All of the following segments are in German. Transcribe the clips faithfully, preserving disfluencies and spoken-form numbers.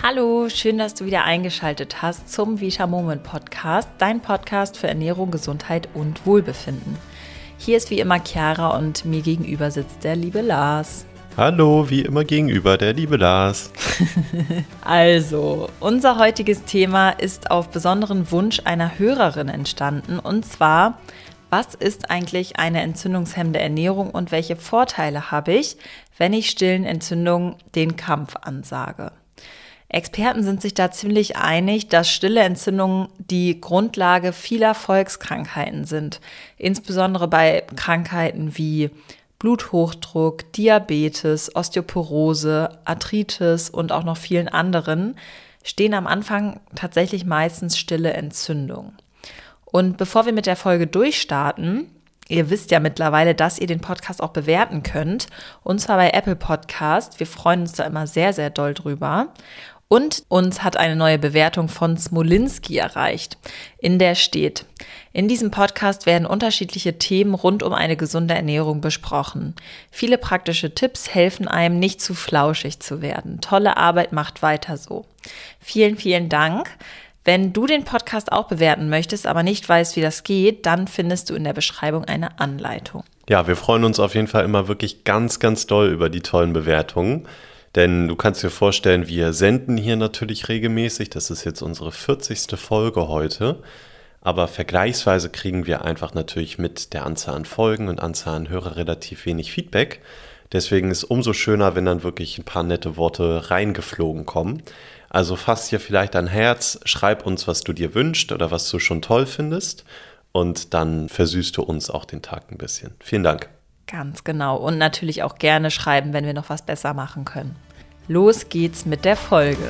Hallo, schön, dass du wieder eingeschaltet hast zum Vita Moment Podcast, dein Podcast für Ernährung, Gesundheit und Wohlbefinden. Hier ist wie immer Chiara und mir gegenüber sitzt der liebe Lars. Hallo, wie immer gegenüber der liebe Lars. Also, unser heutiges Thema ist auf besonderen Wunsch einer Hörerin entstanden, und zwar: Was ist eigentlich eine entzündungshemmende Ernährung und welche Vorteile habe ich, wenn ich stillen Entzündungen den Kampf ansage? Experten sind sich da ziemlich einig, dass stille Entzündungen die Grundlage vieler Volkskrankheiten sind. Insbesondere bei Krankheiten wie Bluthochdruck, Diabetes, Osteoporose, Arthritis und auch noch vielen anderen stehen am Anfang tatsächlich meistens stille Entzündungen. Und bevor wir mit der Folge durchstarten, ihr wisst ja mittlerweile, dass ihr den Podcast auch bewerten könnt, und zwar bei Apple Podcast. Wir freuen uns da immer sehr, sehr doll drüber. Und uns hat eine neue Bewertung von Smolinski erreicht, in der steht: In diesem Podcast werden unterschiedliche Themen rund um eine gesunde Ernährung besprochen. Viele praktische Tipps helfen einem, nicht zu flauschig zu werden. Tolle Arbeit, macht weiter so. Vielen, vielen Dank. Wenn du den Podcast auch bewerten möchtest, aber nicht weißt, wie das geht, dann findest du in der Beschreibung eine Anleitung. Ja, wir freuen uns auf jeden Fall immer wirklich ganz, ganz doll über die tollen Bewertungen. Denn du kannst dir vorstellen, wir senden hier natürlich regelmäßig. Das ist jetzt unsere vierzigste Folge heute. Aber vergleichsweise kriegen wir einfach natürlich mit der Anzahl an Folgen und Anzahl an Hörer relativ wenig Feedback. Deswegen ist es umso schöner, wenn dann wirklich ein paar nette Worte reingeflogen kommen. Also fass dir vielleicht ein Herz, schreib uns, was du dir wünschst oder was du schon toll findest. Und dann versüßt du uns auch den Tag ein bisschen. Vielen Dank. Ganz genau. Und natürlich auch gerne schreiben, wenn wir noch was besser machen können. Los geht's mit der Folge.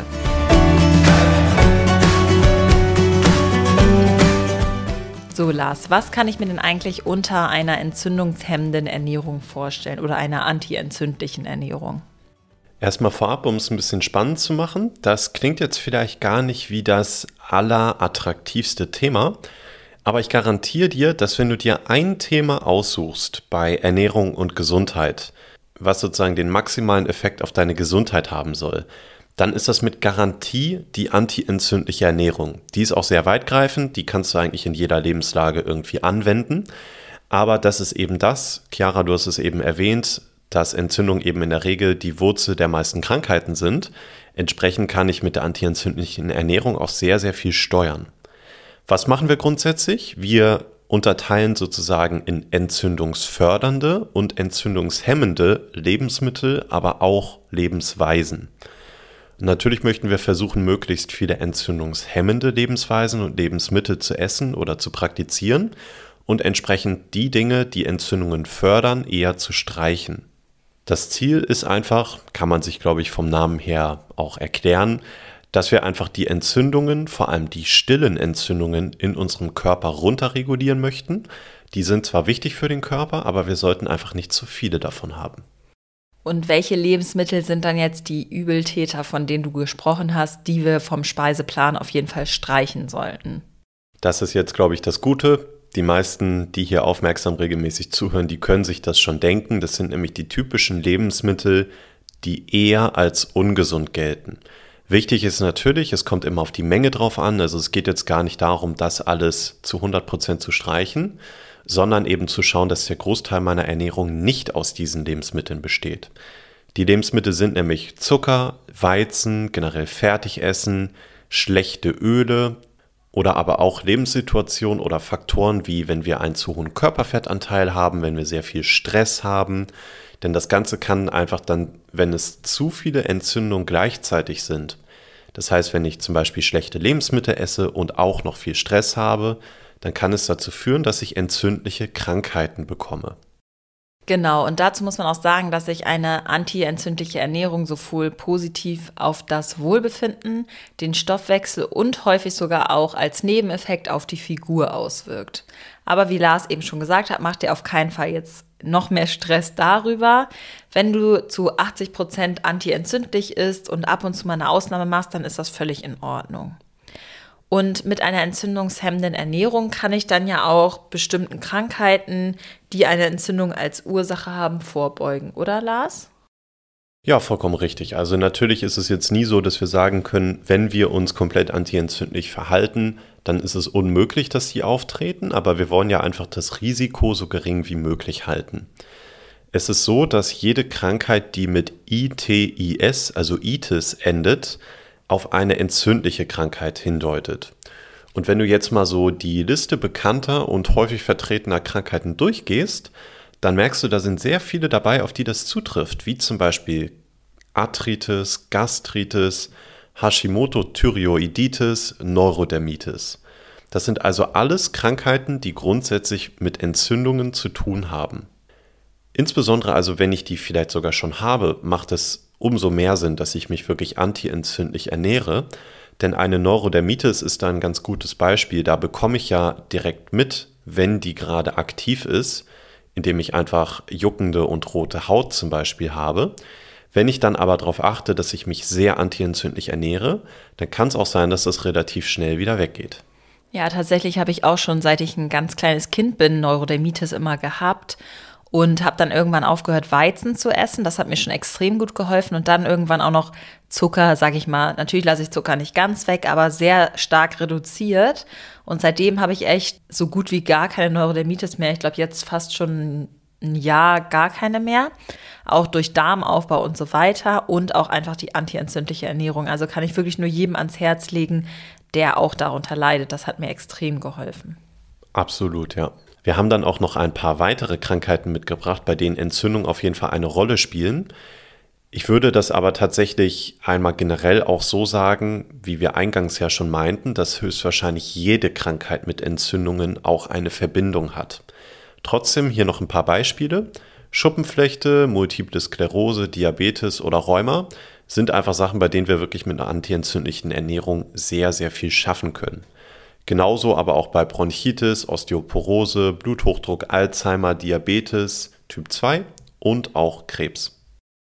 So, Lars, was kann ich mir denn eigentlich unter einer entzündungshemmenden Ernährung vorstellen oder einer antientzündlichen Ernährung? Erstmal vorab, um es ein bisschen spannend zu machen, das klingt jetzt vielleicht gar nicht wie das allerattraktivste Thema, aber ich garantiere dir, dass wenn du dir ein Thema aussuchst bei Ernährung und Gesundheit, was sozusagen den maximalen Effekt auf deine Gesundheit haben soll, dann ist das mit Garantie die antientzündliche Ernährung. Die ist auch sehr weitgreifend, die kannst du eigentlich in jeder Lebenslage irgendwie anwenden, aber das ist eben das, Chiara, du hast es eben erwähnt, dass Entzündungen eben in der Regel die Wurzel der meisten Krankheiten sind. Entsprechend kann ich mit der antientzündlichen Ernährung auch sehr, sehr viel steuern. Was machen wir grundsätzlich? Wir unterteilen sozusagen in entzündungsfördernde und entzündungshemmende Lebensmittel, aber auch Lebensweisen. Und natürlich möchten wir versuchen, möglichst viele entzündungshemmende Lebensweisen und Lebensmittel zu essen oder zu praktizieren und entsprechend die Dinge, die Entzündungen fördern, eher zu streichen. Das Ziel ist einfach, kann man sich, glaube ich, vom Namen her auch erklären, dass wir einfach die Entzündungen, vor allem die stillen Entzündungen in unserem Körper runterregulieren möchten. Die sind zwar wichtig für den Körper, aber wir sollten einfach nicht zu viele davon haben. Und welche Lebensmittel sind dann jetzt die Übeltäter, von denen du gesprochen hast, die wir vom Speiseplan auf jeden Fall streichen sollten? Das ist jetzt, glaube ich, das Gute. Die meisten, die hier aufmerksam regelmäßig zuhören, die können sich das schon denken. Das sind nämlich die typischen Lebensmittel, die eher als ungesund gelten. Wichtig ist natürlich, es kommt immer auf die Menge drauf an. Also es geht jetzt gar nicht darum, das alles zu hundert Prozent zu streichen, sondern eben zu schauen, dass der Großteil meiner Ernährung nicht aus diesen Lebensmitteln besteht. Die Lebensmittel sind nämlich Zucker, Weizen, generell Fertigessen, schlechte Öle, oder aber auch Lebenssituationen oder Faktoren wie wenn wir einen zu hohen Körperfettanteil haben, wenn wir sehr viel Stress haben. Denn das Ganze kann einfach dann, wenn es zu viele Entzündungen gleichzeitig sind, das heißt, wenn ich zum Beispiel schlechte Lebensmittel esse und auch noch viel Stress habe, dann kann es dazu führen, dass ich entzündliche Krankheiten bekomme. Genau, und dazu muss man auch sagen, dass sich eine antientzündliche Ernährung sowohl positiv auf das Wohlbefinden, den Stoffwechsel und häufig sogar auch als Nebeneffekt auf die Figur auswirkt. Aber wie Lars eben schon gesagt hat, macht dir auf keinen Fall jetzt noch mehr Stress darüber. Wenn du zu achtzig Prozent antientzündlich isst und ab und zu mal eine Ausnahme machst, dann ist das völlig in Ordnung. Und mit einer entzündungshemmenden Ernährung kann ich dann ja auch bestimmten Krankheiten, die eine Entzündung als Ursache haben, vorbeugen, oder Lars? Ja, vollkommen richtig. Also natürlich ist es jetzt nie so, dass wir sagen können, wenn wir uns komplett antientzündlich verhalten, dann ist es unmöglich, dass sie auftreten, aber wir wollen ja einfach das Risiko so gering wie möglich halten. Es ist so, dass jede Krankheit, die mit I T I S, also Itis, endet, auf eine entzündliche Krankheit hindeutet. Und wenn du jetzt mal so die Liste bekannter und häufig vertretener Krankheiten durchgehst, dann merkst du, da sind sehr viele dabei, auf die das zutrifft, wie zum Beispiel Arthritis, Gastritis, Hashimoto-Thyreoiditis, Neurodermitis. Das sind also alles Krankheiten, die grundsätzlich mit Entzündungen zu tun haben. Insbesondere also, wenn ich die vielleicht sogar schon habe, macht es umso mehr Sinn, dass ich mich wirklich antientzündlich ernähre, denn eine Neurodermitis ist da ein ganz gutes Beispiel. Da bekomme ich ja direkt mit, wenn die gerade aktiv ist, indem ich einfach juckende und rote Haut zum Beispiel habe. Wenn ich dann aber darauf achte, dass ich mich sehr antientzündlich ernähre, dann kann es auch sein, dass das relativ schnell wieder weggeht. Ja, tatsächlich habe ich auch schon, seit ich ein ganz kleines Kind bin, Neurodermitis immer gehabt und habe dann irgendwann aufgehört, Weizen zu essen. Das hat mir schon extrem gut geholfen und dann irgendwann auch noch Zucker, sage ich mal. Natürlich lasse ich Zucker nicht ganz weg, aber sehr stark reduziert. Und seitdem habe ich echt so gut wie gar keine Neurodermitis mehr. Ich glaube, jetzt fast schon ein Jahr gar keine mehr. Auch durch Darmaufbau und so weiter und auch einfach die antientzündliche Ernährung. Also kann ich wirklich nur jedem ans Herz legen, der auch darunter leidet. Das hat mir extrem geholfen. Absolut, ja. Wir haben dann auch noch ein paar weitere Krankheiten mitgebracht, bei denen Entzündungen auf jeden Fall eine Rolle spielen. Ich würde das aber tatsächlich einmal generell auch so sagen, wie wir eingangs ja schon meinten, dass höchstwahrscheinlich jede Krankheit mit Entzündungen auch eine Verbindung hat. Trotzdem hier noch ein paar Beispiele. Schuppenflechte, Multiple Sklerose, Diabetes oder Rheuma sind einfach Sachen, bei denen wir wirklich mit einer antientzündlichen Ernährung sehr, sehr viel schaffen können. Genauso aber auch bei Bronchitis, Osteoporose, Bluthochdruck, Alzheimer, Diabetes, Typ zwei und auch Krebs.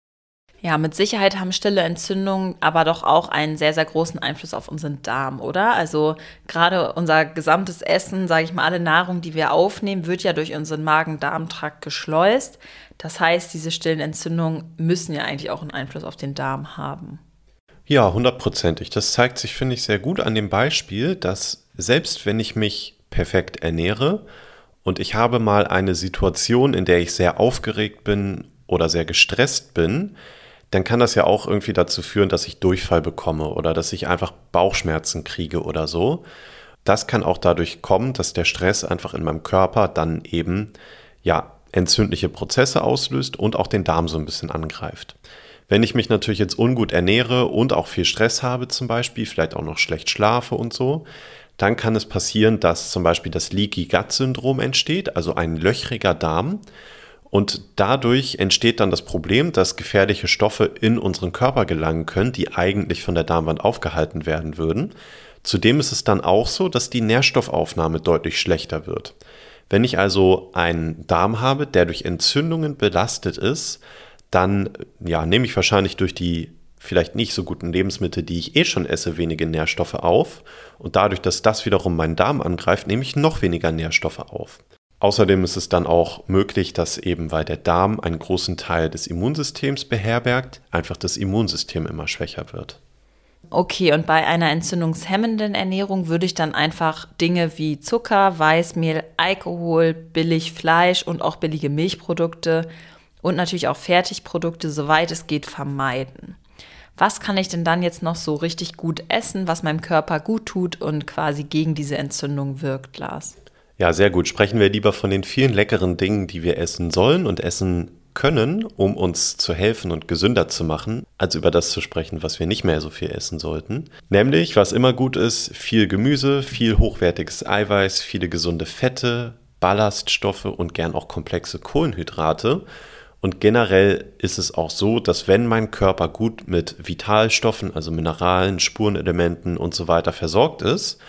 Ja, mit Sicherheit haben stille Entzündungen aber doch auch einen sehr, sehr großen Einfluss auf unseren Darm, oder? Also gerade unser gesamtes Essen, sage ich mal, alle Nahrung, die wir aufnehmen, wird ja durch unseren Magen-Darm-Trakt geschleust. Das heißt, diese stillen Entzündungen müssen ja eigentlich auch einen Einfluss auf den Darm haben. Ja, hundertprozentig. Das zeigt sich, finde ich, sehr gut an dem Beispiel, dass selbst wenn ich mich perfekt ernähre und ich habe mal eine Situation, in der ich sehr aufgeregt bin oder sehr gestresst bin, dann kann das ja auch irgendwie dazu führen, dass ich Durchfall bekomme oder dass ich einfach Bauchschmerzen kriege oder so. Das kann auch dadurch kommen, dass der Stress einfach in meinem Körper dann eben ja entzündliche Prozesse auslöst und auch den Darm so ein bisschen angreift. Wenn ich mich natürlich jetzt ungut ernähre und auch viel Stress habe zum Beispiel, vielleicht auch noch schlecht schlafe und so, dann kann es passieren, dass zum Beispiel das Leaky Gut Syndrom entsteht, also ein löchriger Darm. Und dadurch entsteht dann das Problem, dass gefährliche Stoffe in unseren Körper gelangen können, die eigentlich von der Darmwand aufgehalten werden würden. Zudem ist es dann auch so, dass die Nährstoffaufnahme deutlich schlechter wird. Wenn ich also einen Darm habe, der durch Entzündungen belastet ist, dann ja, nehme ich wahrscheinlich durch die vielleicht nicht so guten Lebensmittel, die ich eh schon esse, wenige Nährstoffe auf. Und dadurch, dass das wiederum meinen Darm angreift, nehme ich noch weniger Nährstoffe auf. Außerdem ist es dann auch möglich, dass eben, weil der Darm einen großen Teil des Immunsystems beherbergt, einfach das Immunsystem immer schwächer wird. Okay, und bei einer entzündungshemmenden Ernährung würde ich dann einfach Dinge wie Zucker, Weißmehl, Alkohol, billig Fleisch und auch billige Milchprodukte und natürlich auch Fertigprodukte, soweit es geht, vermeiden. Was kann ich denn dann jetzt noch so richtig gut essen, was meinem Körper gut tut und quasi gegen diese Entzündung wirkt, Lars? Ja, sehr gut. Sprechen wir lieber von den vielen leckeren Dingen, die wir essen sollen und essen können, um uns zu helfen und gesünder zu machen, als über das zu sprechen, was wir nicht mehr so viel essen sollten. Nämlich, was immer gut ist, viel Gemüse, viel hochwertiges Eiweiß, viele gesunde Fette, Ballaststoffe und gern auch komplexe Kohlenhydrate. Und generell ist es auch so, dass wenn mein Körper gut mit Vitalstoffen, also Mineralen, Spurenelementen und so weiter versorgt ist,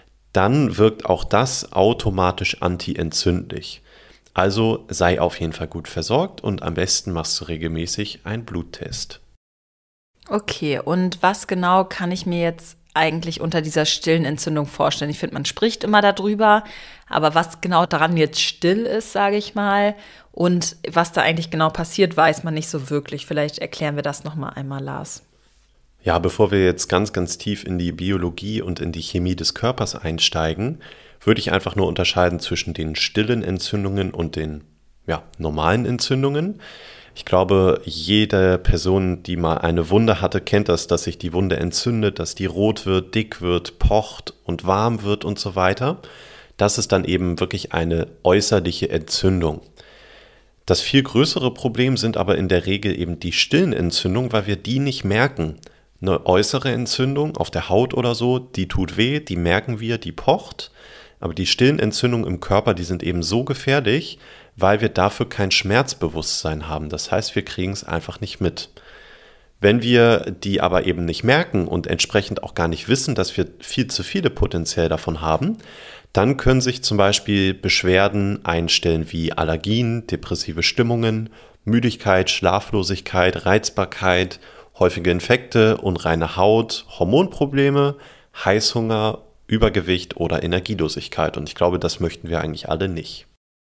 dann wirkt auch das automatisch antientzündlich. Also sei auf jeden Fall gut versorgt und am besten machst du regelmäßig einen Bluttest. Okay, und was genau kann ich mir jetzt eigentlich unter dieser stillen Entzündung vorstellen? Ich finde, man spricht immer darüber, aber was genau daran jetzt still ist, sage ich mal, und was da eigentlich genau passiert, weiß man nicht so wirklich. Vielleicht erklären wir das nochmal einmal, Lars. Ja, bevor wir jetzt ganz, ganz tief in die Biologie und in die Chemie des Körpers einsteigen, würde ich einfach nur unterscheiden zwischen den stillen Entzündungen und den ja, normalen Entzündungen. Ich glaube, jede Person, die mal eine Wunde hatte, kennt das, dass sich die Wunde entzündet, dass die rot wird, dick wird, pocht und warm wird und so weiter. Das ist dann eben wirklich eine äußerliche Entzündung. Das viel größere Problem sind aber in der Regel eben die stillen Entzündungen, weil wir die nicht merken. Eine äußere Entzündung auf der Haut oder so, die tut weh, die merken wir, die pocht. Aber die stillen Entzündungen im Körper, die sind eben so gefährlich, weil wir dafür kein Schmerzbewusstsein haben. Das heißt, wir kriegen es einfach nicht mit. Wenn wir die aber eben nicht merken und entsprechend auch gar nicht wissen, dass wir viel zu viele potenziell davon haben, dann können sich zum Beispiel Beschwerden einstellen wie Allergien, depressive Stimmungen, Müdigkeit, Schlaflosigkeit, Reizbarkeit, häufige Infekte, unreine Haut, Hormonprobleme, Heißhunger, Übergewicht oder Energielosigkeit. Und ich glaube, das möchten wir eigentlich alle nicht.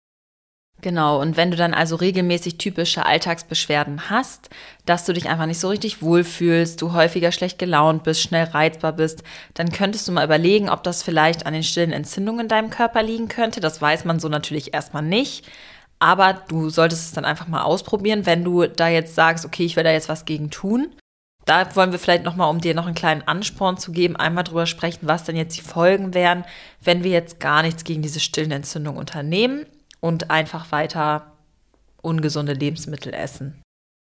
Genau, und wenn du dann also regelmäßig typische Alltagsbeschwerden hast, dass du dich einfach nicht so richtig wohlfühlst, du häufiger schlecht gelaunt bist, schnell reizbar bist, dann könntest du mal überlegen, ob das vielleicht an den stillen Entzündungen in deinem Körper liegen könnte. Das weiß man so natürlich erstmal nicht, aber du solltest es dann einfach mal ausprobieren, wenn du da jetzt sagst, okay, ich will da jetzt was gegen tun. Da wollen wir vielleicht nochmal, um dir noch einen kleinen Ansporn zu geben, einmal drüber sprechen, was denn jetzt die Folgen wären, wenn wir jetzt gar nichts gegen diese stillen Entzündungen unternehmen und einfach weiter ungesunde Lebensmittel essen.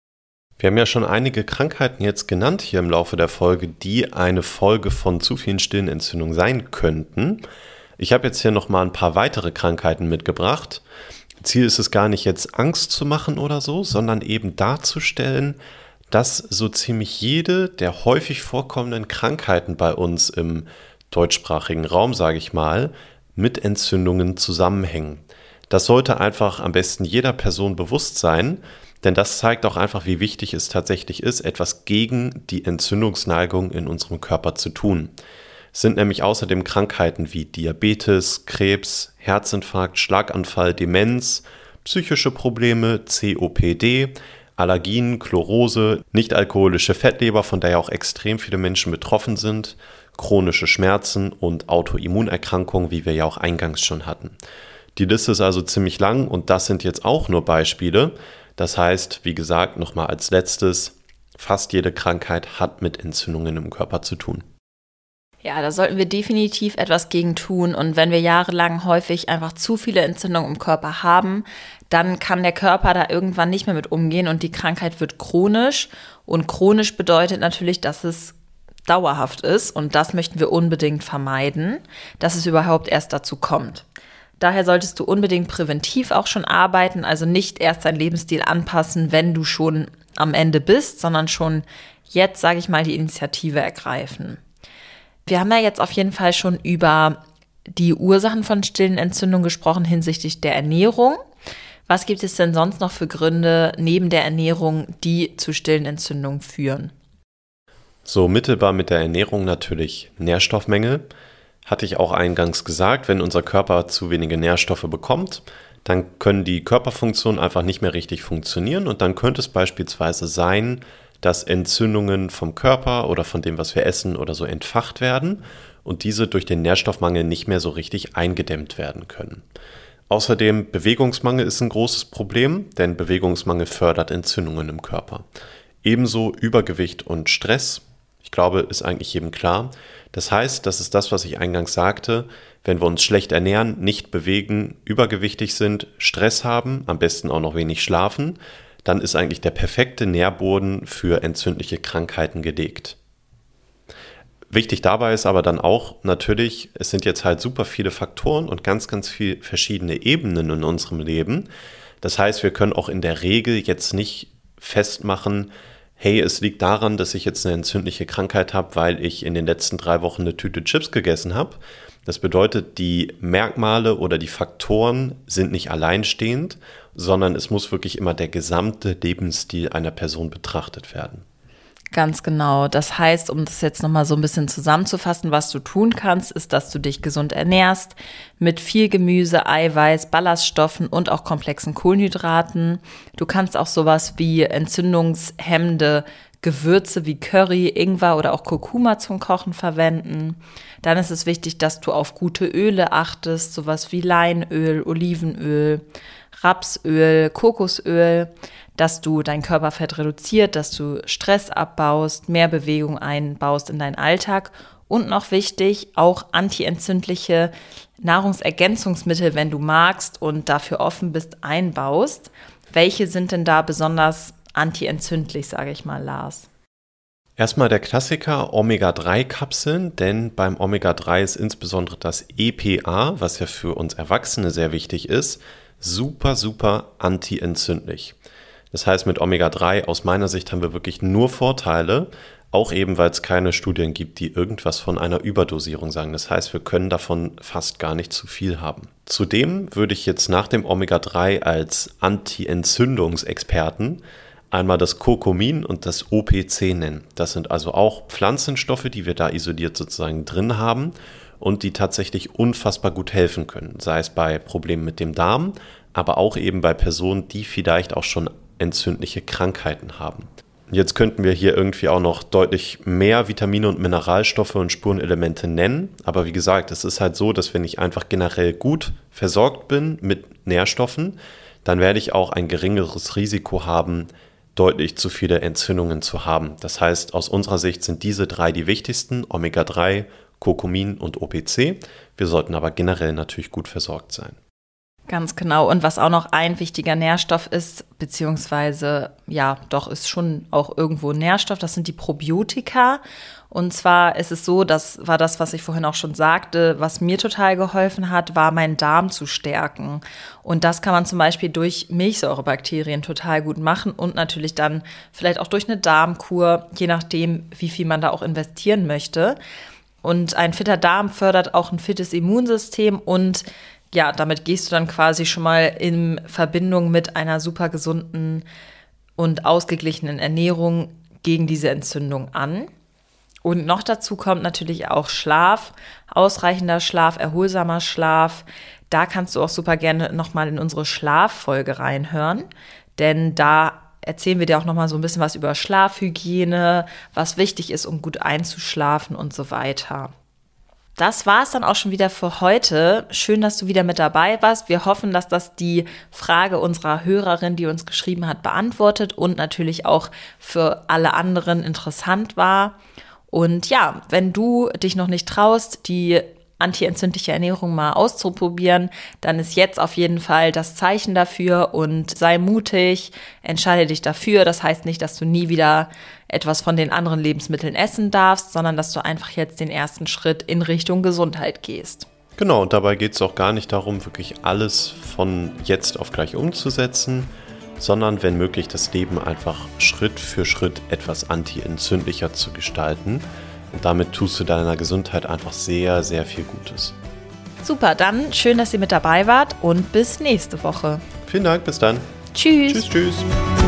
Wir haben ja schon einige Krankheiten jetzt genannt hier im Laufe der Folge, die eine Folge von zu vielen stillen Entzündungen sein könnten. Ich habe jetzt hier nochmal ein paar weitere Krankheiten mitgebracht. Ziel ist es gar nicht jetzt Angst zu machen oder so, sondern eben darzustellen, dass so ziemlich jede der häufig vorkommenden Krankheiten bei uns im deutschsprachigen Raum, sage ich mal, mit Entzündungen zusammenhängen. Das sollte einfach am besten jeder Person bewusst sein, denn das zeigt auch einfach, wie wichtig es tatsächlich ist, etwas gegen die Entzündungsneigung in unserem Körper zu tun. Es sind nämlich außerdem Krankheiten wie Diabetes, Krebs, Herzinfarkt, Schlaganfall, Demenz, psychische Probleme, C O P D, Allergien, Chlorose, nichtalkoholische Fettleber, von der ja auch extrem viele Menschen betroffen sind, chronische Schmerzen und Autoimmunerkrankungen, wie wir ja auch eingangs schon hatten. Die Liste ist also ziemlich lang und das sind jetzt auch nur Beispiele. Das heißt, wie gesagt, nochmal als letztes, fast jede Krankheit hat mit Entzündungen im Körper zu tun. Ja, da sollten wir definitiv etwas gegen tun. Und wenn wir jahrelang häufig einfach zu viele Entzündungen im Körper haben, dann kann der Körper da irgendwann nicht mehr mit umgehen und die Krankheit wird chronisch. Und chronisch bedeutet natürlich, dass es dauerhaft ist und das möchten wir unbedingt vermeiden, dass es überhaupt erst dazu kommt. Daher solltest du unbedingt präventiv auch schon arbeiten, also nicht erst deinen Lebensstil anpassen, wenn du schon am Ende bist, sondern schon jetzt, sage ich mal, die Initiative ergreifen. Wir haben ja jetzt auf jeden Fall schon über die Ursachen von stillen Entzündungen gesprochen hinsichtlich der Ernährung. Was gibt es denn sonst noch für Gründe neben der Ernährung, die zu stillen Entzündungen führen? So mittelbar mit der Ernährung natürlich Nährstoffmängel. Hatte ich auch eingangs gesagt, wenn unser Körper zu wenige Nährstoffe bekommt, dann können die Körperfunktionen einfach nicht mehr richtig funktionieren und dann könnte es beispielsweise sein, dass Entzündungen vom Körper oder von dem, was wir essen oder so entfacht werden und diese durch den Nährstoffmangel nicht mehr so richtig eingedämmt werden können. Außerdem Bewegungsmangel ist ein großes Problem, denn Bewegungsmangel fördert Entzündungen im Körper. Ebenso Übergewicht und Stress, ich glaube, ist eigentlich jedem klar. Das heißt, das ist das, was ich eingangs sagte, wenn wir uns schlecht ernähren, nicht bewegen, übergewichtig sind, Stress haben, am besten auch noch wenig schlafen, dann ist eigentlich der perfekte Nährboden für entzündliche Krankheiten gelegt. Wichtig dabei ist aber dann auch natürlich, es sind jetzt halt super viele Faktoren und ganz, ganz viele verschiedene Ebenen in unserem Leben. Das heißt, wir können auch in der Regel jetzt nicht festmachen, hey, es liegt daran, dass ich jetzt eine entzündliche Krankheit habe, weil ich in den letzten drei Wochen eine Tüte Chips gegessen habe. Das bedeutet, die Merkmale oder die Faktoren sind nicht alleinstehend, sondern es muss wirklich immer der gesamte Lebensstil einer Person betrachtet werden. Ganz genau. Das heißt, um das jetzt nochmal so ein bisschen zusammenzufassen, was du tun kannst, ist, dass du dich gesund ernährst mit viel Gemüse, Eiweiß, Ballaststoffen und auch komplexen Kohlenhydraten. Du kannst auch sowas wie entzündungshemmende Gewürze wie Curry, Ingwer oder auch Kurkuma zum Kochen verwenden. Dann ist es wichtig, dass du auf gute Öle achtest, sowas wie Leinöl, Olivenöl, Rapsöl, Kokosöl, dass du dein Körperfett reduziert, dass du Stress abbaust, mehr Bewegung einbaust in deinen Alltag und noch wichtig, auch antientzündliche Nahrungsergänzungsmittel, wenn du magst und dafür offen bist, einbaust. Welche sind denn da besonders antientzündlich, sage ich mal, Lars? Erstmal der Klassiker Omega drei Kapseln, denn beim Omega drei ist insbesondere das E P A, was ja für uns Erwachsene sehr wichtig ist, super, super antientzündlich. Das heißt, mit Omega drei aus meiner Sicht haben wir wirklich nur Vorteile, auch eben, weil es keine Studien gibt, die irgendwas von einer Überdosierung sagen. Das heißt, wir können davon fast gar nicht zu viel haben. Zudem würde ich jetzt nach dem Omega drei als Anti-Entzündungsexperten einmal das Curcumin und das O P C nennen. Das sind also auch Pflanzenstoffe, die wir da isoliert sozusagen drin haben und die tatsächlich unfassbar gut helfen können. Sei es bei Problemen mit dem Darm, aber auch eben bei Personen, die vielleicht auch schon entzündliche Krankheiten haben. Jetzt könnten wir hier irgendwie auch noch deutlich mehr Vitamine und Mineralstoffe und Spurenelemente nennen. Aber wie gesagt, es ist halt so, dass wenn ich einfach generell gut versorgt bin mit Nährstoffen, dann werde ich auch ein geringeres Risiko haben, deutlich zu viele Entzündungen zu haben. Das heißt, aus unserer Sicht sind diese drei die wichtigsten, Omega drei, Curcumin und O P C. Wir sollten aber generell natürlich gut versorgt sein. Ganz genau. Und was auch noch ein wichtiger Nährstoff ist, beziehungsweise ja, doch ist schon auch irgendwo ein Nährstoff, das sind die Probiotika. Und zwar ist es so, das war das, was ich vorhin auch schon sagte, was mir total geholfen hat, war meinen Darm zu stärken. Und das kann man zum Beispiel durch Milchsäurebakterien total gut machen und natürlich dann vielleicht auch durch eine Darmkur, je nachdem, wie viel man da auch investieren möchte. Und ein fitter Darm fördert auch ein fittes Immunsystem und ja, damit gehst du dann quasi schon mal in Verbindung mit einer super gesunden und ausgeglichenen Ernährung gegen diese Entzündung an. Und noch dazu kommt natürlich auch Schlaf, ausreichender Schlaf, erholsamer Schlaf. Da kannst du auch super gerne nochmal in unsere Schlaffolge reinhören, denn da erzählen wir dir auch nochmal so ein bisschen was über Schlafhygiene, was wichtig ist, um gut einzuschlafen und so weiter. Das war es dann auch schon wieder für heute. Schön, dass du wieder mit dabei warst. Wir hoffen, dass das die Frage unserer Hörerin, die uns geschrieben hat, beantwortet und natürlich auch für alle anderen interessant war. Und ja, wenn du dich noch nicht traust, die antientzündliche Ernährung mal auszuprobieren, dann ist jetzt auf jeden Fall das Zeichen dafür und sei mutig, entscheide dich dafür. Das heißt nicht, dass du nie wieder etwas von den anderen Lebensmitteln essen darfst, sondern dass du einfach jetzt den ersten Schritt in Richtung Gesundheit gehst. Genau, und dabei geht es auch gar nicht darum, wirklich alles von jetzt auf gleich umzusetzen, sondern wenn möglich das Leben einfach Schritt für Schritt etwas antientzündlicher zu gestalten. Und damit tust du deiner Gesundheit einfach sehr, sehr viel Gutes. Super, dann schön, dass ihr mit dabei wart und bis nächste Woche. Vielen Dank, bis dann. Tschüss. Tschüss, tschüss.